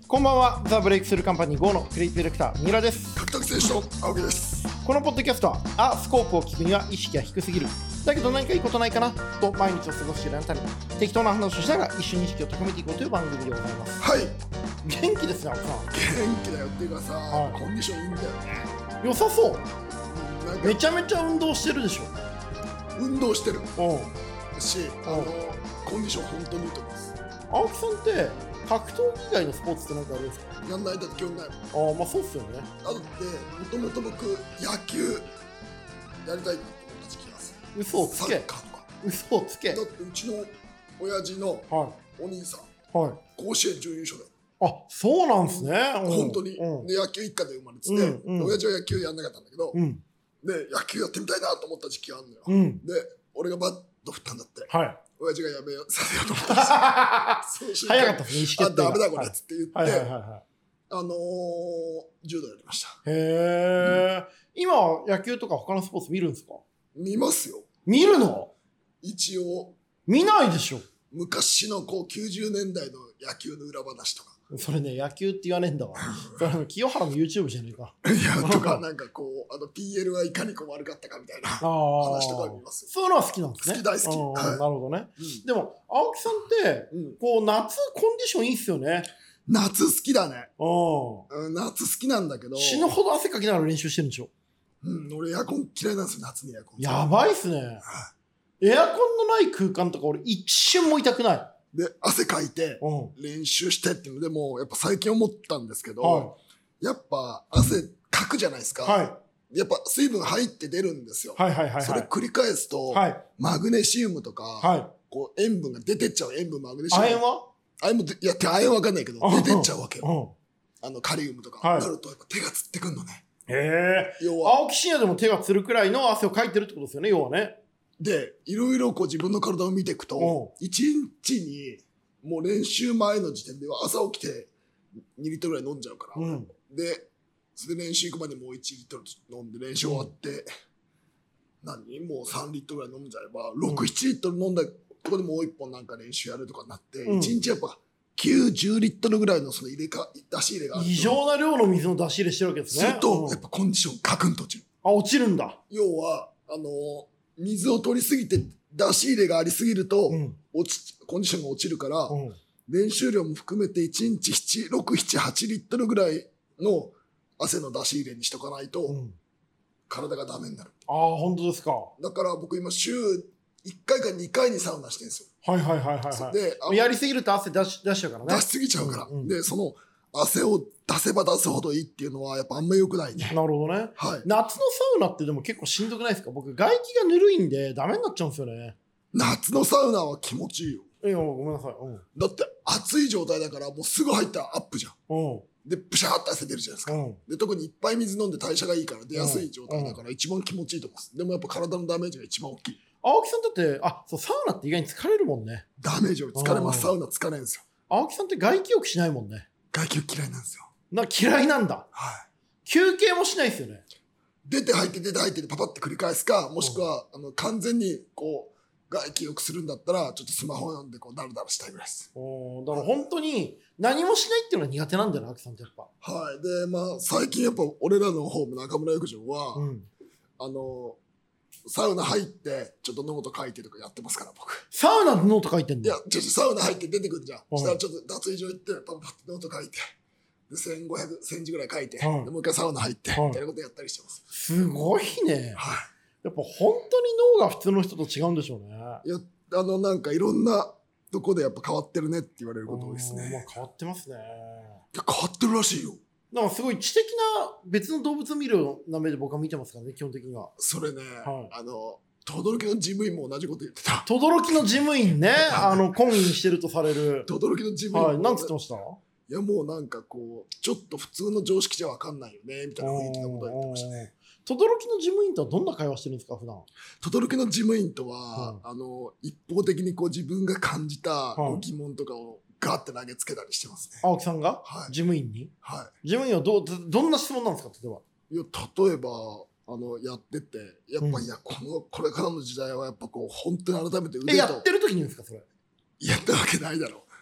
こんばんは。ザ・ブレイクスルーカンパニー GO のクリエイティブディレクター三浦です。 獲得選手の青木です。 このポッドキャストはスコープを聞くには意識が低すぎる、だけど何かいいことないかなと毎日を過ごしているあなたに適当な話をしながら一緒に意識を高めていこうという番組でございます。 はい、 元気ですね、青木さん。 元気だよっていうかさ、 はいコンディションいいんだよね。 良さそう。 なんかめちゃめちゃ運動してるでしょ。 運動してるうん。 し、コンディション本当にいいと思います。 青木さんって格闘技以外のスポーツって何かあるんですか？ やんないだって興味ないまあそうっすよね。 もん。だってもともと僕野球やりたいなって思った時期がする。 嘘をつけサッカーとか。 嘘をつけ。 だってうちの親父のはお兄さん、 いはい。 甲子園準優勝だよ。 そうなんですね。 本当に、 うんで野球一家で生まれてて、 うん親父は野球やんなかったんだけど、 うんで野球やってみたいなと思った時期があるのよ。 うんで俺がバット振ったんだって。 はい親父がやめさせようと思ったんですよ。その瞬間早かったですね、意思決定が。 ダメだこれっつって言って、 はいはいはいは柔道やりました。 い。へー。今は野球とか他のスポーツ見るんですか？ 見ますよ。 見るの？ 一応見ないでしょ。 昔のこう90年代の野球の裏話とか。 それね、野球って言わねえんだわ。それ清原の YouTube じゃねえか。 いやとかなんかこうPL はいかにこう悪かったかみたいな話とか見ますよ。 そういうのは好きなんですね。 好き大好きはいなるほどね。 うんでも、青木さんって、こう、夏コンディションいいっすよね。 夏好きだね。 う夏好きなんだけど。 死ぬほど汗かきながら練習してるんでしょ。 俺エアコン嫌いなんですよ、夏にエアコン。 やばいっすね。エアコンのない空間とか俺一瞬も痛くない。 で、汗かいてうん。 練習してっていうのでもうやっぱ最近思ったんですけど、 はやっぱ汗かくじゃないですか。 はい。 やっぱ水分入って出るんですよ。 はいはいはいはい。 それ繰り返すと、 はい。 マグネシウムとか、 はい。 こう塩分が出てっちゃう。塩分マグネシウム。 亜鉛は？ 亜鉛もいや、亜鉛わかんないけど、出てっちゃうわけよ。 うん。 カリウムとか。 はいなるとやっぱ手がつってくんのね。 へえ。 要は。 青木真也でも手がつるくらいの汗をかいてるってことですよね、要はね。 で、いろいろこう自分の体を見ていくと、1日にもう練習前の時点では朝起きて2リットルぐらい飲んじゃうから。 うん。 で、それで練習行くまでもう1リットル飲んで練習終わって、もう3リットルぐらい飲んじゃえば、6、7リットル飲んだとこでもう1本なんか練習やるとかになって、1日やっぱ9、10リットルぐらいのその出し入れがあると。 異常な量の水の出し入れしてるわけですね。 すると、やっぱコンディションガクンと落ちる。 落ちるんだ。 要は、水を取りすぎて出し入れがありすぎると、コンディションが落ちるから、練習量も含めて1日6、7、8リットルぐらいの汗の出し入れにしとかないと、体がダメになる。 本当ですか。 だから僕今週1回か2回にサウナしてるんですよ。 はいはいはいはい。 で、 やりすぎると汗出しちゃうからね。 出しすぎちゃうから。で、その汗を出せば出すほどいいっていうのはやっぱあんま良くないね。 なるほどね。 はい。 夏のサウナってでも結構しんどくないですか？僕外気がぬるいんでダメになっちゃうんですよね。 夏のサウナは気持ちいいよ。 いや、ごめんなさい。 だって暑い状態だからもうすぐ入ったらアップじゃん。で、プシャーって汗出るじゃないですか。で、特にいっぱい水飲んで代謝がいいから出やすい状態だから一番気持ちいいと思うんです。でもやっぱ体のダメージが一番大きい。 青木さんだって、そう、サウナって意外に疲れるもんね。 ダメージより疲れます。サウナ疲れるんですよ。 青木さんって外気浴しないもんね。 外気浴嫌いなんですよ。 嫌いなんだ。 はい。 休憩もしないですよね。 出て入って出て入ってでパパって繰り返すか、もしくは、完全にこう、外気浴するんだったら、ちょっとスマホ読んでこう、ダラダラしたいぐらいです。 だから本当に何もしないっていうのは苦手なんだよな、青木さんってやっぱ。 はい。で、最近やっぱ俺らのホーム中村浴場は、サウナ入って、ちょっとノート書いてとかやってますから、僕。 サウナでノート書いてんの？ いや、ちょっとサウナ入って出てくるじゃん。そしたらちょっと脱衣所行って、パパってノート書いて、で、1500センチぐらい書いて、でもう一回サウナ入って、みたいなことやったりしてます。 すごいね。 はい。 やっぱ本当に脳が普通の人と違うんでしょうね。 いや、なんかいろんなとこでやっぱ変わってるねって言われること多いですね。 変わってますね。 いや、変わってるらしいよ。 なんかすごい知的な別の動物を見るような目で僕は見てますからね、基本的には。 それね、轟の事務員も同じこと言ってた。 轟の事務員ね、懇意にしてるとされる。 轟の事務員。 はい、なんつってました？ いや、もうなんかこう、ちょっと普通の常識じゃわかんないよね、みたいな雰囲気のことを言ってましたね。 轟の事務員とはどんな会話してるんですか、普段。 轟の事務員とは、一方的にこう自分が感じたこう疑問とかをガッて投げつけたりしてますね。 青木さんが、 はい、 事務員に、 はい、 事務員はどんな質問なんですか、例えば。 いや、例えば、やってて、やっぱ、いや、これからの時代はやっぱこう、本当に改めて腕と。 やってる時に言うんですか、それ。 やったわけないだろう。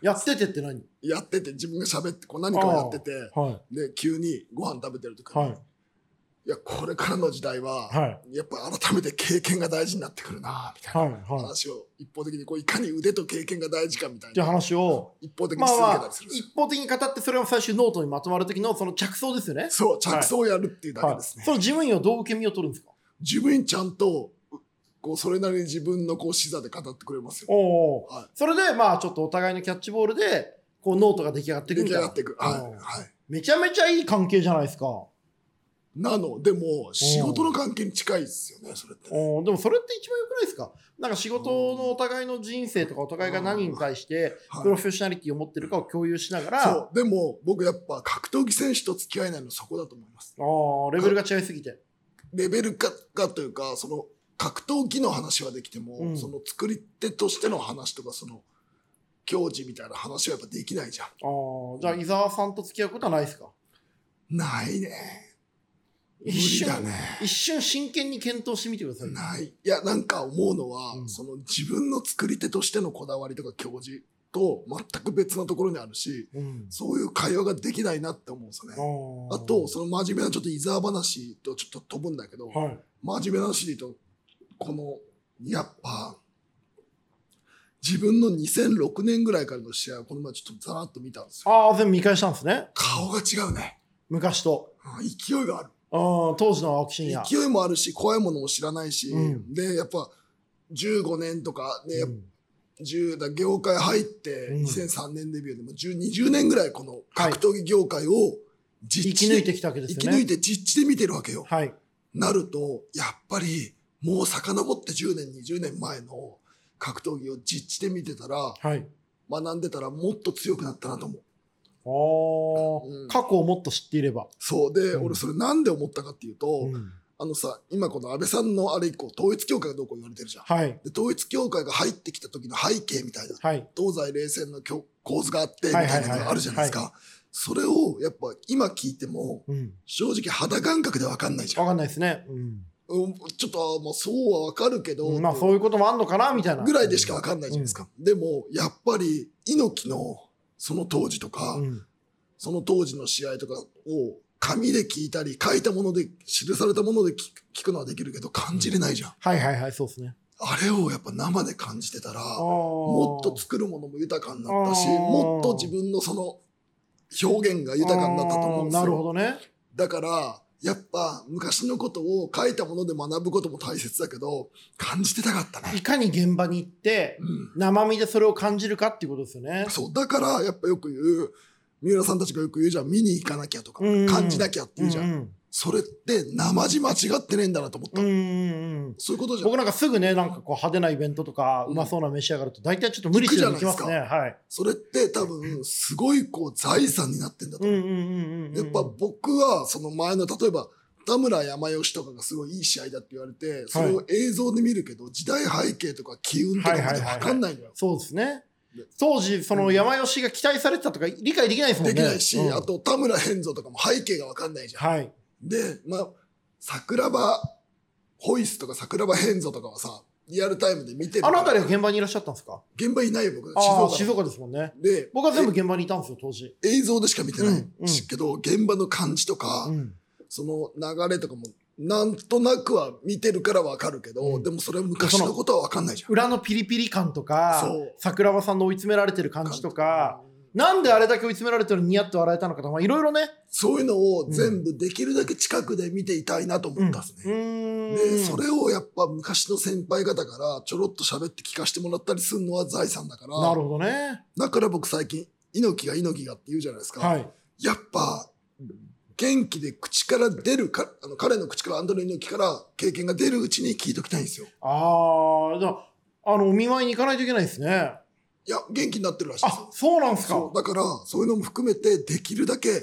やっててって何？ やってて、自分が喋ってこう何かをやってて、 はで急にご飯食べてる時い。 に、 はい。 いやこれからの時代は、 はやっぱ改めて経験が大事になってくるなみたいはい。 なはい。 話を一方的にこういかに腕と経験が大事かみたいっていうな話を、 一方的にし続けたりするんですよ。 一方的に語ってそれを最終ノートにまとまる時のその着想ですよね。 そう、着想をやるっていうだけですね。 その事務員はどう受け身を取るんですか？ 自分にちゃんとこうそれなりに自分のこう視座で語ってくれますよ。 おお、 はいそれでまあちょっとお互いのキャッチボールでこうノートが出来上がっていく出みたいな。 来上がっていく。はい。 うんはい。 めちゃめちゃいい関係じゃないですか。 でも仕事の関係に近いですよね、それって。 でもそれって一番良くないですか？なんか仕事のお互いの人生とかお互いが何に対してプロフェッショナリティを持ってるかを共有しながら、 そう。でも僕やっぱ格闘技選手と付き合えないのはそこだと思います。 レベルが違いすぎて。 レベルかというか、その格闘技の話はできても、その作り手としての話とか、その教授みたいな話はやっぱできないじゃん。 じゃあ伊沢さんと付き合うことはないですか？ ないね。無理一瞬だね。 一瞬真剣に検討してみてください。 ない。いや、なんか思うのは、 うんその自分の作り手としてのこだわりとか教授と全く別のところにあるし、そういう会話ができないなって思うんですよね。あと、その真面目なちょっと伊沢話とちょっと飛ぶんだけど、 はい、 真面目な話で言うと、この、やっぱ、自分の2006年ぐらいからの試合をこの前ちょっとざらっと見たんですよ。 全部見返したんですね。 顔が違うね。 昔と。 勢いがある。 当時の青木真也。 勢いもあるし、怖いものも知らないし、 うんで、やっぱ、15年とか、ね、 うん業界入ってうん 2003年デビューでも20年ぐらいこの格闘技業界を生き抜いてきたわけですよね。 生き抜いて実地で見てるわけよ。 はい。 なると、やっぱりもう遡って10年、20年前の格闘技を実地で見てたら、 はい。 学んでたらもっと強くなったなと思う。 過去をもっと知っていれば。 そうで、 うん俺それなんで思ったかっていうと、 うん今この安倍さんのあれ以降、統一教会がどうこう言われてるじゃん。 はい。 で統一教会が入ってきた時の背景みたいな、 はい。 東西冷戦の構図があってみたいなのがあるじゃないですか。それをやっぱ今聞いても、正直肌感覚で分かんないじゃん。 わかんないですね。 ちょっとまあそうは分かるけど、 まあそういうこともあんのかなみたいな。 ぐらいでしか分かんないじゃないですか。でもやっぱり猪木のその当時とか、その当時の試合とかを紙で聞いたり書いたもので記されたもので聞くのはできるけど感じれないじゃん。 はいはいはい、そうですね。 あれをやっぱ生で感じてたらもっと作るものも豊かになったし、もっと自分のその表現が豊かになったと思うんですよ。 なるほどね。 だからやっぱ昔のことを書いたもので学ぶことも大切だけど感じてたかったね。 いかに現場に行って生身でそれを感じるかっていうことですよね。 そうだからやっぱよく言う三浦さんたちがよく言うじゃん、見に行かなきゃとか感じなきゃって言うじゃん。それって生地間違ってねえんだなと思った。そういうことじゃん。 僕なんかすぐね、なんかこう派手なイベントとかうまそうな召し上がると大体ちょっと無理して行きますね。はい。 それって多分すごいこう財産になってんだと思う。やっぱ僕はその前の例えば田村山義とかがすごいいい試合だって言われて、それを映像で見るけど時代背景とか機運とかまで分かんないのよ。 そうですね。当時その山吉が期待されてたとか理解できないですもんね。 できないし、あと田村変造とかも背景が分かんないじゃん。 はい。 で、まあ、桜庭ホイスとか桜庭変造とかはさ、リアルタイムで見てる。 あのあたりは現場にいらっしゃったんですか？ 現場いないよ、僕。 静岡ですもんね。 で、 僕は全部現場にいたんですよ、当時。 映像でしか見てないけど、現場の感じとか、その流れとかも、なんとなくは見てるからわかるけど、でもそれは昔のことはわかんないじゃん。 裏のピリピリ感とか、桜庭さんの追い詰められてる感じとか、なんであれだけ追い詰められてるのにニヤッと笑えたのかとか、いろいろね。 そういうのを全部できるだけ近くで見ていたいなと思ったんですね。で、それをやっぱ昔の先輩方からちょろっと喋って聞かせてもらったりするのは財産だから。 なるほどね。 だから僕最近、猪木がって言うじゃないですか。はい、やっぱ、元気で口から出るか、彼の口からアンドレ猪木から経験が出るうちに聞いときたいんですよ。 じゃあ、お見舞いに行かないといけないですね。 いや、元気になってるらしいですよ。 そうなんですか。 だから、そういうのも含めて、できるだけ、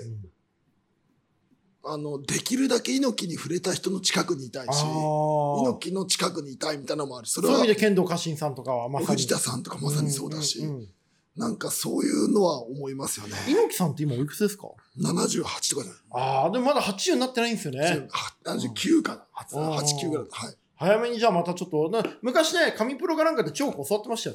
できるだけ猪木に触れた人の近くにいたいし、猪木の近くにいたいみたいなのもあるし、 それはそういう意味で剣道家臣さんとかはまさに。 藤田さんとかまさにそうだし、なんかそういうのは思いますよね。 猪木さんって今おいくつですか？ 78 とかじゃない。 でもまだ80になってないんですよね。 79かな。8、9ぐらい。はい。 早めにじゃあまたちょっと、昔ね、神プロがなんかでチョーク教わってましたよね。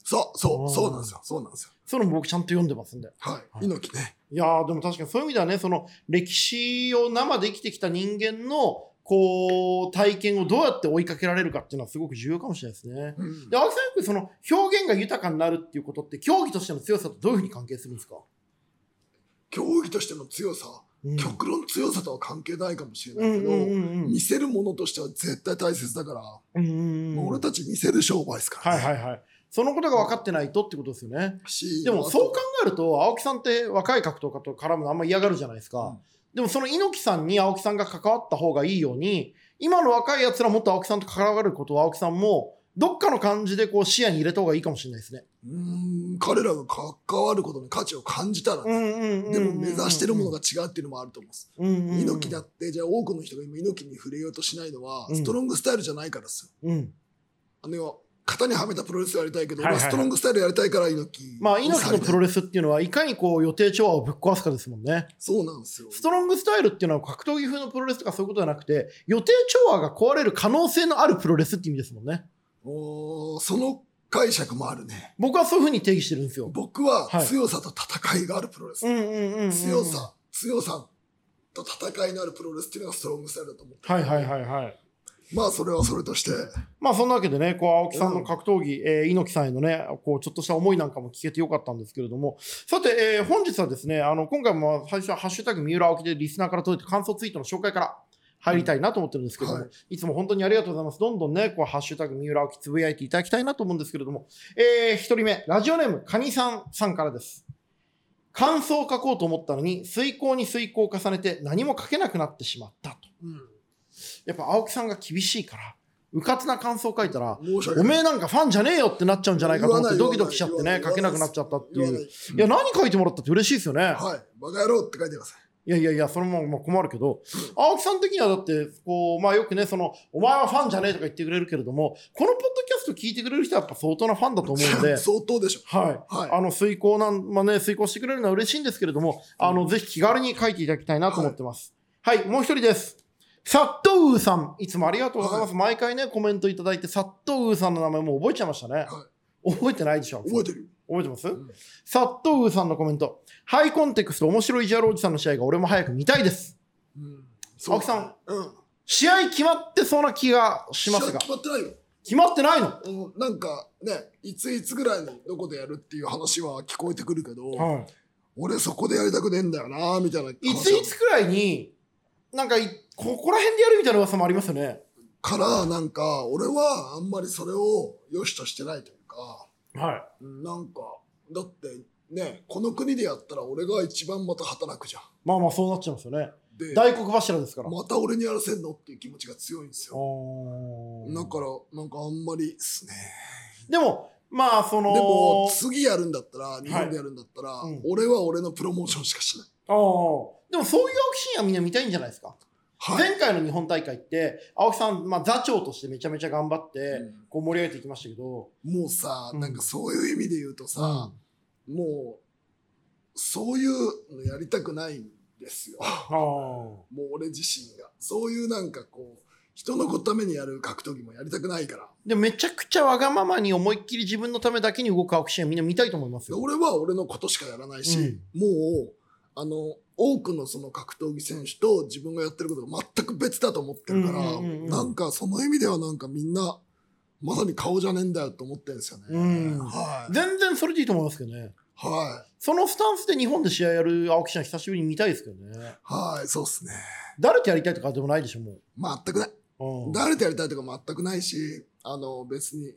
そうなんですよ。そうなんですよ。 それも僕ちゃんと読んでますんで。 はい。猪木ね。 いやでも確かにそういう意味ではね、その歴史を生で生きてきた人間のこう体験をどうやって追いかけられるかっていうのはすごく重要かもしれないですね。で、青木さんよくその表現が豊かになるっていうことって競技としての強さとどういうふうに関係するんですか？競技としての強さ、極論強さとは関係ないかもしれないけど、見せるものとしては絶対大切だから、俺たち見せる商売ですからね。 そのことが分かってないとってことですよね。でもそう考えると青木さんって若い格闘家と絡むのあんま嫌がるじゃないですか。でもその猪木さんに青木さんが関わった方がいいように、今の若いやつらもっと青木さんと関わることを青木さんもどっかの感じでこう視野に入れた方がいいかもしれないですね。 彼らが関わることに価値を感じたらね。でも目指してるものが違うっていうのもあると思うんです。猪木だってじゃあ多くの人が今猪木に触れようとしないのは、ストロングスタイルじゃないからですよ。型にはめたプロレスやりたいけど、ストロングスタイルやりたいから猪木。 猪木のプロレスっていうのはいかにこう予定調和をぶっ壊すかですもんね。 そうなんですよ。 ストロングスタイルっていうのは格闘技風のプロレスとかそういうことじゃなくて、予定調和が壊れる可能性のあるプロレスって意味ですもんね。 その解釈もあるね。 僕はそういうふうに定義してるんですよ。 僕は強さと戦いがあるプロレス。強さと戦いのあるプロレスっていうのがストロングスタイルだと思ってる。まあそれはそれとして。 まあそんなわけでね、こう青木さんの格闘技、猪木さんへのね、こうちょっとした思いなんかも聞けてよかったんですけれども、さて、本日はですね、今回も最初はハッシュタグ三浦青木でリスナーから届いた感想ツイートの紹介から入りたいなと思ってるんですけども、いつも本当にありがとうございます。どんどんね、こうハッシュタグ三浦青木つぶやいていただきたいなと思うんですけれども、一人目、ラジオネームカニさんからです。感想を書こうと思ったのに、遂行に遂行を重ねて何も書けなくなってしまったと。やっぱ青木さんが厳しいから、うかつな感想書いたら、おめえなんかファンじゃねえよってなっちゃうんじゃないかと思ってドキドキしちゃってね、書けなくなっちゃったっていう。いや、何書いてもらったって嬉しいですよね。 はい。バカ野郎って書いてください。 いや、それも困るけど、青木さん的にはだって、こう、まあよくね、お前はファンじゃねえとか言ってくれるけれども、このポッドキャスト聞いてくれる人はやっぱ相当なファンだと思うんで。 相当でしょ。 遂行遂行してくれるのは嬉しいんですけれども、ぜひ気軽に書いていただきたいなと思ってます。はい、もう一人です。サットウーさん、いつもありがとうございます。毎回ね、コメントいただいて、サットウーさんの名前もう覚えちゃいましたね。覚えてないでしょ。 覚えてる。 覚えてます、サットウーさんのコメント。ハイコンテクスト面白いイジャロおじさんの試合が俺も早く見たいです。青木さん、試合決まってそうな気がしますが。 決まってないよ。 決まってないの？ なんかね、いつぐらいにどこでやるっていう話は聞こえてくるけど、俺そこでやりたくねえんだよなみたいな。 いつくらいに、なんかここら辺でやるみたいな噂もありますよね。 なんか俺はあんまりそれを良しとしてないというか、なんかだってね、この国でやったら俺が一番また働くじゃん。 まあそうなっちゃいますよね。大黒柱ですから。 また俺にやらせんのっていう気持ちが強いんですよ。だからなんかあんまりですね。 でもまあでも次やるんだったら、日本でやるんだったら、俺は俺のプロモーションしかしない。 でもそういう青木真也みんな見たいんじゃないですか。前回の日本大会って青木さん、座長としてめちゃめちゃ頑張ってこう盛り上げていきましたけど、 もうさ、なんかそういう意味で言うとさ、もうそういうのやりたくないんですよ。もう俺自身がそういうなんかこう人のためにやる格闘技もやりたくないから。 でめちゃくちゃわがままに思いっきり自分のためだけに動く青木真也みんな見たいと思いますよ。 俺は俺のことしかやらないし、もう多くのその格闘技選手と自分がやってることが全く別だと思ってるから、なんかその意味ではなんかみんなまさに顔じゃねえんだよと思ってるんですよね。 全然それでいいと思いますけどね。そのスタンスで日本で試合やる青木真也久しぶりに見たいですけどね。 そうっすね。 誰とやりたいとかでもないでしょもう。 全くない。誰とやりたいとか全くないし、別に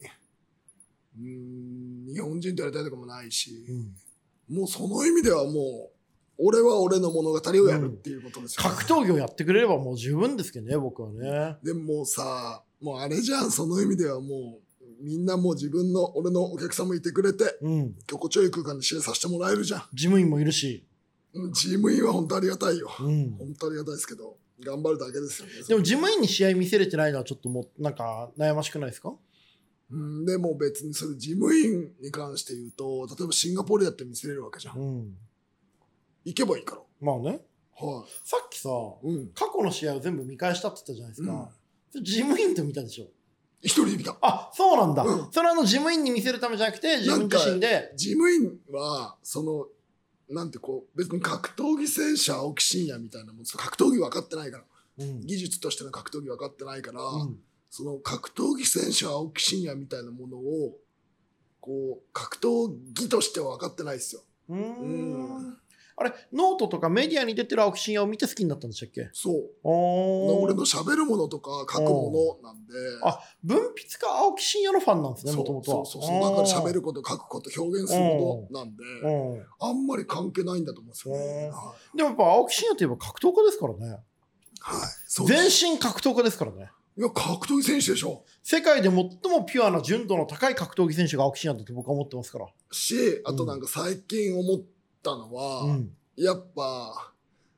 日本人とやりたいとかもないし、もうその意味ではもう俺は俺の物語をやるっていうことですよね。 格闘技をやってくれればもう十分ですけどね、僕はね。 でももうさ、もうあれじゃん、その意味ではもうみんなもう俺のお客さんもいてくれて、心地よい空間で試合させてもらえるじゃん。 事務員もいるし。 事務員は本当ありがたいよ。本当ありがたいですけど、頑張るだけですよね。 でも事務員に試合見せれてないのはちょっともうなんか悩ましくないですか？ でも別にそれ事務員に関して言うと、例えばシンガポールやって見せれるわけじゃん。行けばいいから。 まあね。さっきさ、過去の試合を全部見返したって言ったじゃないですか。事務員と見たでしょ。 一人で見た。 あ、そうなんだ。 うん、 それは事務員に見せるためじゃなくて、自分自身で。 事務員は、なんて別に格闘技選手青木真也みたいなもん、格闘技分かってないから、技術としての格闘技分かってないから、その格闘技選手青木真也みたいなものを、格闘技としては分かってないですよ。 あれ、ノートとかメディアに出てる青木真也を見て好きになったんでしたっけ？ そう。俺の喋るものとか書くものなんで。 あ、文筆家青木真也のファンなんですね、もともとは。 そう。だから喋ること、書くこと、表現することなんで、あんまり関係ないんだと思うんですよね。 でもやっぱ青木真也といえば格闘家ですからね。 はい。 全身格闘家ですからね。 いや、格闘技選手でしょ。 世界で最もピュアな純度の高い格闘技選手が青木真也だと僕は思ってますから。 あとなんか最近思ったのは、やっぱ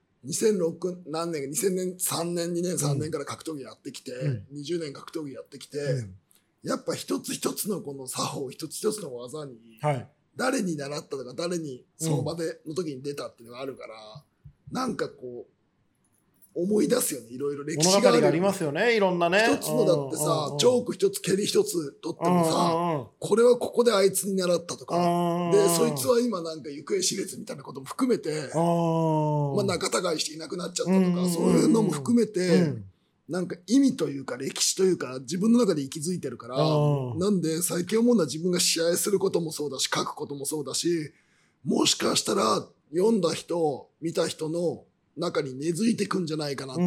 2006何年か2000年3年2年3年から格闘技やってきて、20年格闘技やってきて、やっぱ一つ一つのこの作法一つ一つの技に、誰に習ったとか誰にその場での時に出たっていうのがあるから、なんか思い出すよね。いろいろ歴史がある。 物語がありますよね。いろんなね。 一つのだってさ、チョーク一つ、蹴り一つ取ってもさ、これはここであいつに習ったとか、で、そいつは今なんか行方知れずみたいなことも含めて、仲違いしていなくなっちゃったとか、そういうのも含めて、なんか意味というか歴史というか自分の中で息づいてるから、なんで最近思うのは自分が試合することもそうだし、書くこともそうだし、もしかしたら読んだ人、見た人の中に根付いてくんじゃないかなって。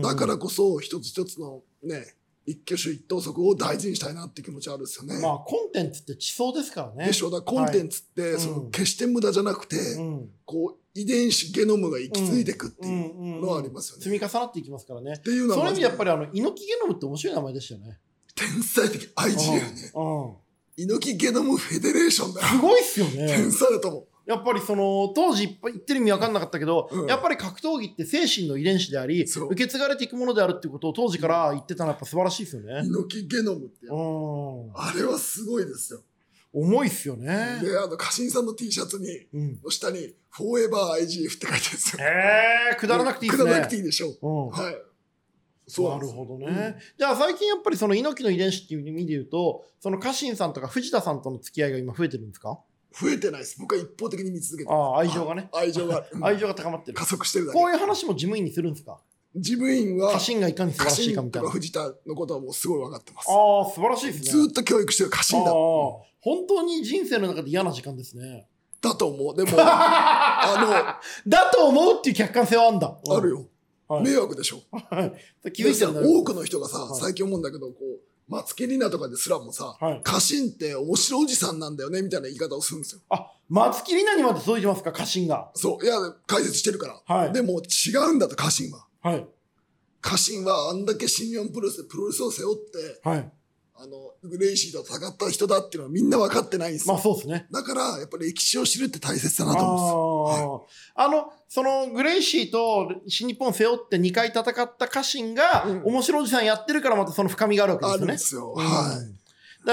だからこそ一つ一つのね、一挙手一投足を大事にしたいなって気持ちあるんですよね。 まあコンテンツって地層ですからね。 でしょ。だからコンテンツって決して無駄じゃなくて、遺伝子ゲノムが行き継いでいくっていうのはありますよね。 積み重なっていきますからね。 っていうのはそういう意味でやっぱり猪木ゲノムって面白い名前でしたよね。 天才的 IGF ね。猪木ゲノムフェデレーションだよ。 すごいっすよね。 天才だと思う。 やっぱり当時言ってる意味分かんなかったけど、やっぱり格闘技って精神の遺伝子であり、受け継がれていくものであるっていうことを当時から言ってたのはやっぱ素晴らしいですよね。 猪木ゲノムってあれはすごいですよ。 重いっすよね。 で、家臣さんの T シャツに、の下に、フォーエバー IGF って書いてあるんですよ。 くだらなくていいですね。 くだらなくていいでしょう。はい。 なるほどね。じゃあ最近やっぱりその猪木の遺伝子っていう意味で言うと、その家臣さんとか藤田さんとの付き合いが今増えてるんですか？ 増えてないです。僕は一方的に見続けて愛情がね。 愛情が高まってる。 加速してるだけ。 こういう話も事務員にするんですか？ 事務員は、 家臣がいかに素晴らしいかみたいな。 家臣とか藤田のことはもうすごい分かってます。 素晴らしいですね。 ずっと教育してる家臣だ。 本当に人生の中で嫌な時間ですね。 だと思う。でも、 だと思うっていう客観性はあんだ。 あるよ。迷惑でしょ。 気づいてるんだよ。 多くの人がさ、最近思うんだけど、松木里奈とかですらもさ、家臣って面白いおじさんなんだよねみたいな言い方をするんですよ。 松木里奈にまで届いてますか、家臣が。 そう。いや、解説してるから。でも違うんだと、家臣は。家臣はあんだけ新日本プロレスでプロレスを背負って、グレイシーと戦った人だっていうのはみんな分かってないんですよ。 そうですね。 だから、やっぱり歴史を知るって大切だなと思うんですよ。そのグレイシーと新日本を背負って2回戦った家臣が、面白いおじさんやってるからまたその深みがあるわけですよね。 あるんですよ。はい。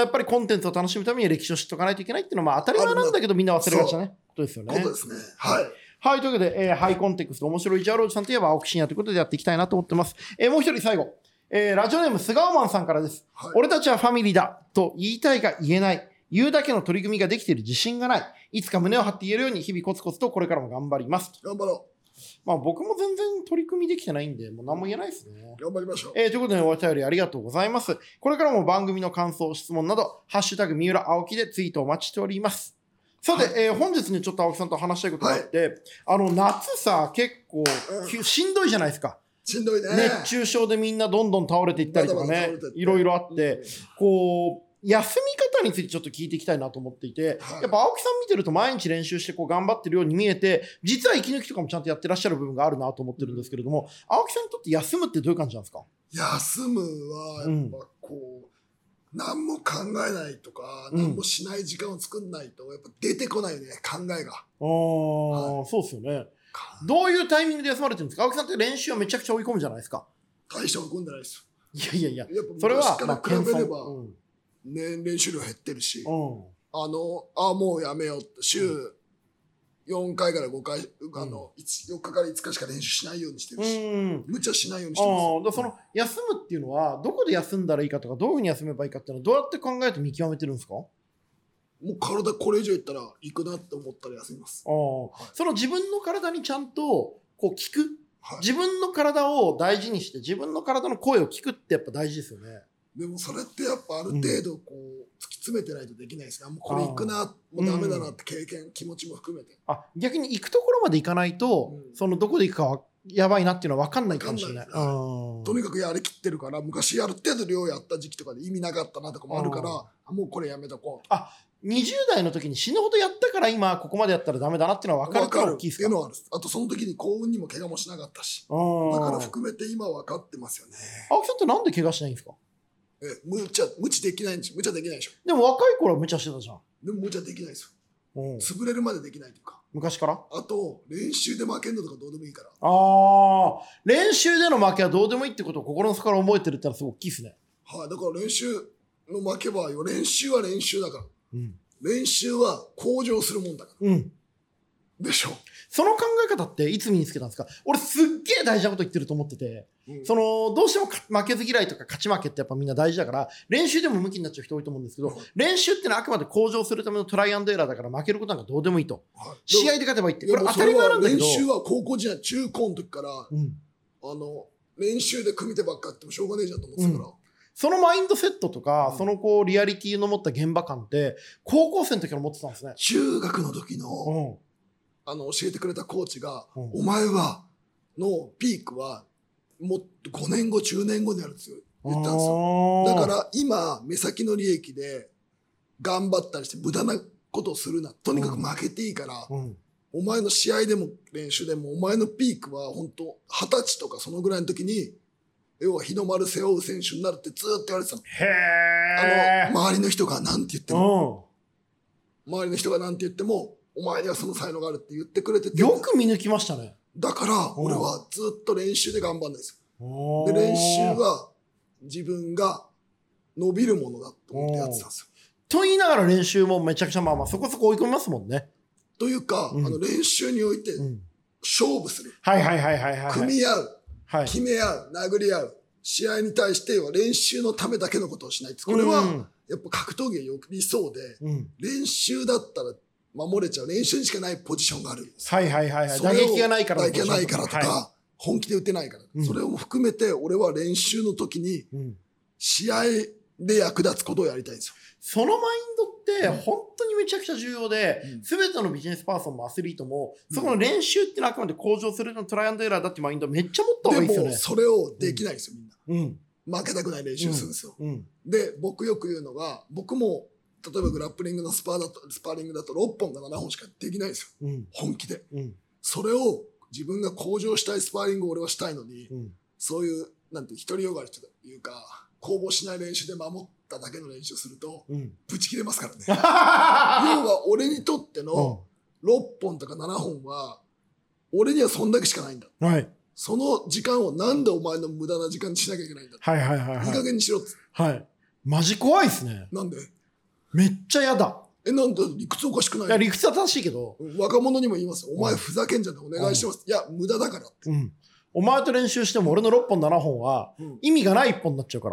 やっぱりコンテンツを楽しむために歴史を知っておかないといけないっていうのは当たり前なんだけどみんな忘れがちなね。ことですよね。 ことですね。はい。 はい、というわけで、ハイコンテクスト面白いイチャーロージさんといえば青木真也ということでやっていきたいなと思ってます。もう一人最後。ラジオネーム、菅尾マンさんからです。俺たちはファミリーだと言いたいが言えない。言うだけの取り組みができている自信がない。いつか胸を張って言えるように日々コツコツとこれからも頑張ります。 頑張ろう。僕も全然取り組みできてないんで、もう何も言えないですね。 頑張りましょう。 ということで、お便りありがとうございます。これからも番組の感想、質問など、ハッシュタグ三浦青木でツイートお待ちしております。さて、本日ね、ちょっと青木さんと話したいことがあって、夏さ、結構、しんどいじゃないですか。 しんどいね。 熱中症でみんなどんどん倒れていったりとかね、いろいろあって、休み方についてちょっと聞いていきたいなと思っていて、やっぱ青木さん見てると毎日練習して頑張ってるように見えて、実は息抜きとかもちゃんとやってらっしゃる部分があるなと思ってるんですけれども、青木さんにとって休むってどういう感じなんですか？ 休むは、やっぱ何も考えないとか、何もしない時間を作んないと、やっぱ出てこないよね、考えが。 そうですよね。どういうタイミングで休まれてるんですか？青木さんって練習はめちゃくちゃ追い込むじゃないですか。 大して追い込んでないですよ。 いや、それは昔から比べれば、練習量減ってるし、もうやめようって、週 4回から5回、4日から5日しか練習しないようにしてるし、無茶しないようにしてます。 その休むっていうのは、どこで休んだらいいかとか、どういうふうに休めばいいかっていうのは、どうやって考えて見極めてるんですか？ もう体これ以上いったら行くなって思ったら休みます。 その自分の体にちゃんとこう聞く、 はい、 自分の体を大事にして、自分の体の声を聞くってやっぱ大事ですよね。 でもそれってやっぱある程度こう突き詰めてないとできないですね。もうこれ行くな、もうダメだなって経験、気持ちも含めて。 逆に行くところまで行かないと、そのどこで行くかはやばいなっていうのは分かんないかもしれない。 とにかくやりきってるから、昔ある程度量やった時期とかで意味なかったなとかもあるから、もうこれやめとこう。 20代の時に死ぬほどやったから今ここまでやったらダメだなっていうのは分かるから大きいですか？ あとその時に幸運にも怪我もしなかったし、だから含めて今分かってますよね。 青木さんってなんで怪我しないんですか？ 無茶できないんでしょ。無茶できないでしょ。 でも若い頃は無茶してたじゃん。 でも無茶できないですよ。潰れるまでできないというか。 昔から？ あと練習で負けるのとかどうでもいいから。 練習での負けはどうでもいいってことを心の底から覚えてるってのはすごく大きいですね。 はい、だから練習の負けは練習は練習だから。練習は向上するもんだから。でしょ。 その考え方っていつ身につけたんですか？俺すっげえ大事なこと言ってると思ってて、どうしても負けず嫌いとか勝ち負けってやっぱみんな大事だから、練習でも向きになっちゃう人多いと思うんですけど、練習ってのはあくまで向上するためのトライアンドエラーだから負けることなんかどうでもいいと。試合で勝てばいいって。これ当たり前なんだけど。 練習は高校時代、中高の時から、練習で組み手ばっかやってもしょうがねえじゃんと思ってたから。 そのマインドセットとか、そのこうリアリティの持った現場感って、高校生の時から持ってたんですね。 中学の時の、教えてくれたコーチが、お前のピークは、もっと5年後、10年後にあるんですよ。言ったんですよ。だから今、目先の利益で頑張ったりして無駄なことをするな。とにかく負けていいから、お前の試合でも練習でも、お前のピークは本当20歳とかそのぐらいの時に、要は日の丸背負う選手になるってずっと言われてたの。周りの人が何て言っても、周りの人が何て言っても、お前にはその才能があるって言ってくれてて。 よく見抜きましたね。 だから、俺はずっと練習で頑張るんですよ。で、練習は自分が伸びるものだと思ってやってたんですよ。 と言いながら練習もめちゃくちゃそこそこ追い込みますもんね。 というか、練習において勝負する。組み合う。決め合う。殴り合う。試合に対しては練習のためだけのことをしないです。これは、やっぱ格闘技がよりそうで、練習だったら守れちゃう。練習にしかないポジションがあるんです。 打撃がないから。 打撃がないからとか、本気で打てないから。それを含めて、俺は練習の時に、試合で役立つことをやりたいんですよ。 そのマインドって本当にめちゃくちゃ重要で、全てのビジネスパーソンもアスリートも、そこの練習っていうのはあくまで向上するのトライアンドエラーだってマインドめっちゃ持った方がいいですよね。 でもそれをできないですよ、みんな。負けたくない練習するんですよ。で、僕よく言うのが、僕も、例えばグラップリングのスパーリングだと6本か7本しかできないんですよ。本気で。それを自分が向上したいスパーリングを俺はしたいのに、そういう、なんて独りよがりというか、攻防しない練習で守っただけの練習すると、ブチ切れますからね。要は俺にとっての6本とか7本は、俺にはそんだけしかないんだ。その時間をなんでお前の無駄な時間にしなきゃいけないんだ。いい加減にしろって。 マジ怖いっすね。 なんで？ めっちゃ嫌だ。 なんで理屈おかしくない？ いや、理屈は正しいけど。 若者にも言いますよ。お前ふざけんじゃんお願いします。いや、無駄だからって。 お前と練習しても俺の6本7本は意味がない1本になっちゃうから。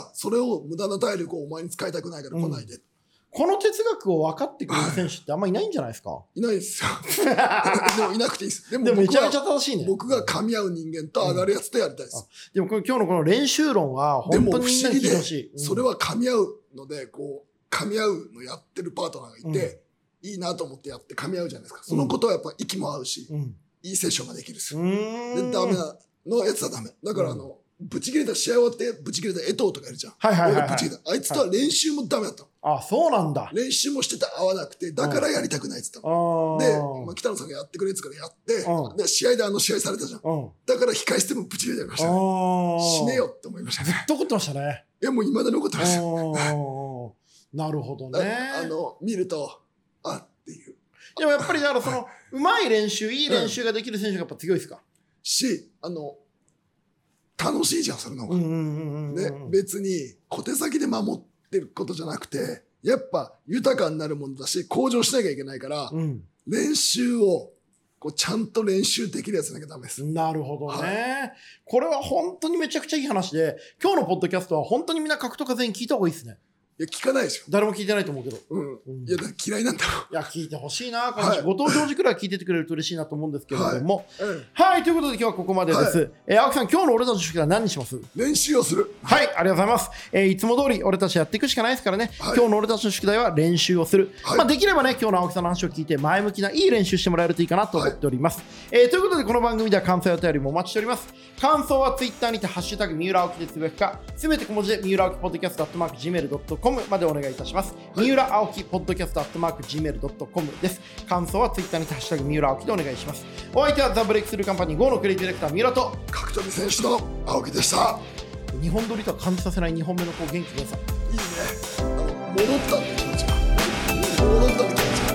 それを無駄な体力をお前に使いたくないから来ないで。 この哲学を分かってくれる選手ってあんまいないんじゃないですか？ いないですよ。でもいなくていいです。でもめちゃめちゃ正しいね。 僕が噛み合う人間と上がるやつとやりたいです。 でも今日のこの練習論は本当にみんなに聞いてほしい。 それは噛み合うので、噛み合うのやってるパートナーがいて、いいなと思ってやって噛み合うじゃないですか。そのことはやっぱ息も合うし、いいセッションができるんですよ。で、ダメなのやつはダメ。だからブチ切れた試合終わってブチ切れた江藤とかいるじゃん。あいつとは練習もダメだったの。 そうなんだ。 練習もしてて合わなくて、だからやりたくないって言ったの。で、北野さんがやってくれって言うからやって、で、試合で試合されたじゃん。だから控え室でもブチ切れちゃいましたね。死ねよって思いましたね。 ずっと怒ってましたね。 いや、もう未だに怒ってますよ。なるほどね。 見ると、っていう。 でもやっぱりだからうまい練習、いい練習ができる選手がやっぱ強いですか？ 楽しいじゃん、それの方が。ね、別に小手先で守ってることじゃなくて、やっぱ豊かになるものだし、向上しなきゃいけないから、 練習をこうちゃんと練習できるやつじゃなきゃダメです。 なるほどね、これは本当にめちゃくちゃいい話で、今日のポッドキャストは本当にみんな格闘家全員聞いた方がいいですね。 いや、聞かないですよ。 誰も聞いてないと思うけど。 いや、だから嫌いなんだろう。 いや、聞いてほしいな。ご登場時くらい聞いててくれると嬉しいなと思うんですけれども。はい、ということで今日はここまでです。青木さん、今日の俺たちの宿題は何にします？ 練習をする。 はい、ありがとうございます。いつも通り俺たちやっていくしかないですからね。今日の俺たちの宿題は練習をする。できればね、今日の青木さんの話を聞いて前向きないい練習してもらえるといいかなと思っております。ということでこの番組では感想やお便りもお待ちしております。感想は Twitter にてハッシュタグ三浦青木でつぶやくか、すべて小文字で三浦青木ポッドキャスト@gmail.com までお願いいたします。三浦青木ポッドキャスト@gmail.com です。感想は Twitter にてハッシュタグ三浦青木でお願いします。お相手はザ・ブレイクスルーカンパニー GO のクリエイティブディレクター三浦と格闘技選手の青木でした。 日本撮りとは感じさせない2本目の元気の良さ。 いいね。戻ったんだ気持ちが。戻ったんだ気持ちが。